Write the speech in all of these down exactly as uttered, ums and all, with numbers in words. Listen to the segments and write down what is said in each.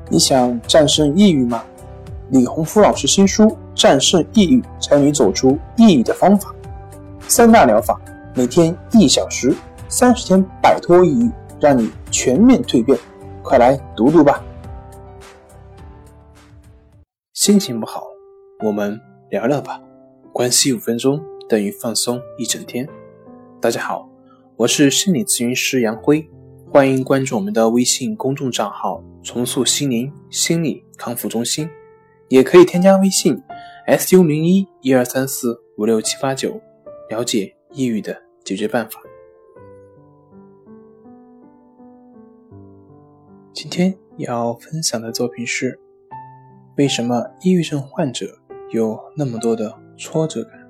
你想战胜抑郁吗？李洪福老师新书《战胜抑郁》教你走出抑郁的方法，三大疗法，每天一小时，三十天摆脱抑郁，让你全面蜕变。快来读读吧。心情不好，我们聊聊吧。关系五分钟等于放松一整天。大家好，我是心理咨询师杨辉，欢迎关注我们的微信公众账号重塑心灵心理康复中心，也可以添加微信 S U 零一 一二三四五六七八九，了解抑郁的解决办法。今天要分享的作品是，为什么抑郁症患者有那么多的挫折感？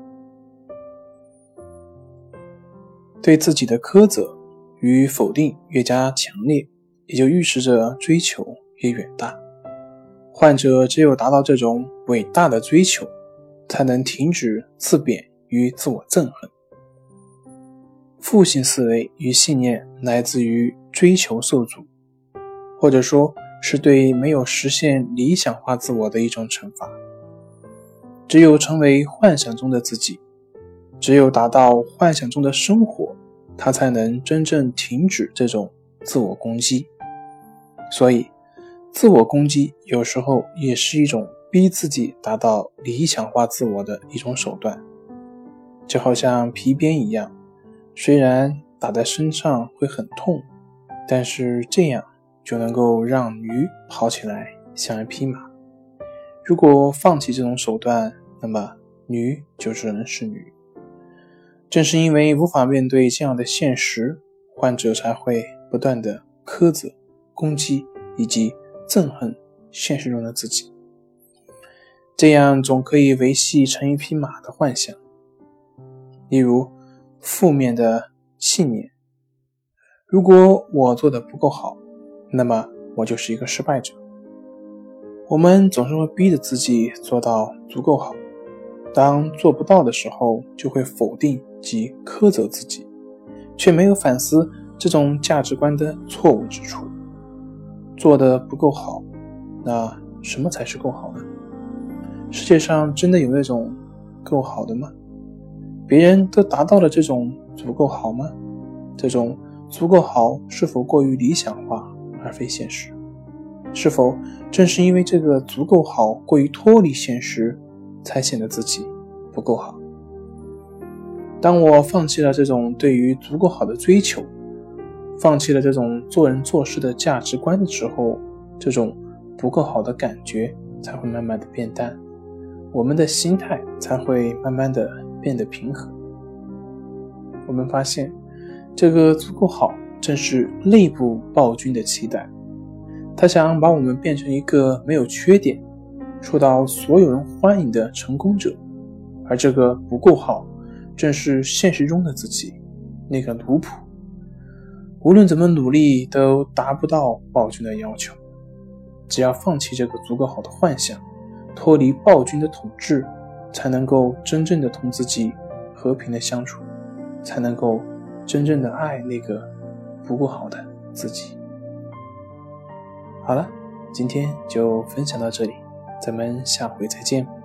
对自己的苛责与否定越加强烈，也就预示着追求越远大。患者只有达到这种伟大的追求，才能停止自贬与自我憎恨。负性思维与信念来自于追求受阻，或者说是对没有实现理想化自我的一种惩罚。只有成为幻想中的自己，只有达到幻想中的生活，他才能真正停止这种自我攻击。所以自我攻击有时候也是一种逼自己达到理想化自我的一种手段。就好像皮鞭一样，虽然打在身上会很痛，但是这样就能够让驴跑起来像一匹马。如果放弃这种手段，那么驴就只能是驴。正是因为无法面对这样的现实，患者才会不断的苛责、攻击以及憎恨现实中的自己，这样总可以维系成一匹马的幻想。例如负面的信念，如果我做得不够好，那么我就是一个失败者。我们总是会逼着自己做到足够好，当做不到的时候，就会否定及苛责自己，却没有反思这种价值观的错误之处。做得不够好，那什么才是够好呢？世界上真的有那种够好的吗？别人都达到了这种足够好吗？这种足够好是否过于理想化而非现实？是否正是因为这个足够好过于脱离现实，才显得自己不够好？当我放弃了这种对于足够好的追求，放弃了这种做人做事的价值观的时候，这种不够好的感觉才会慢慢的变淡，我们的心态才会慢慢的变得平和。我们发现这个足够好正是内部暴君的期待，他想把我们变成一个没有缺点、受到所有人欢迎的成功者，而这个不够好正是现实中的自己，那个奴仆，无论怎么努力都达不到暴君的要求。只要放弃这个足够好的幻想，脱离暴君的统治，才能够真正的同自己和平的相处，才能够真正的爱那个不够好的自己。好了，今天就分享到这里，咱们下回再见。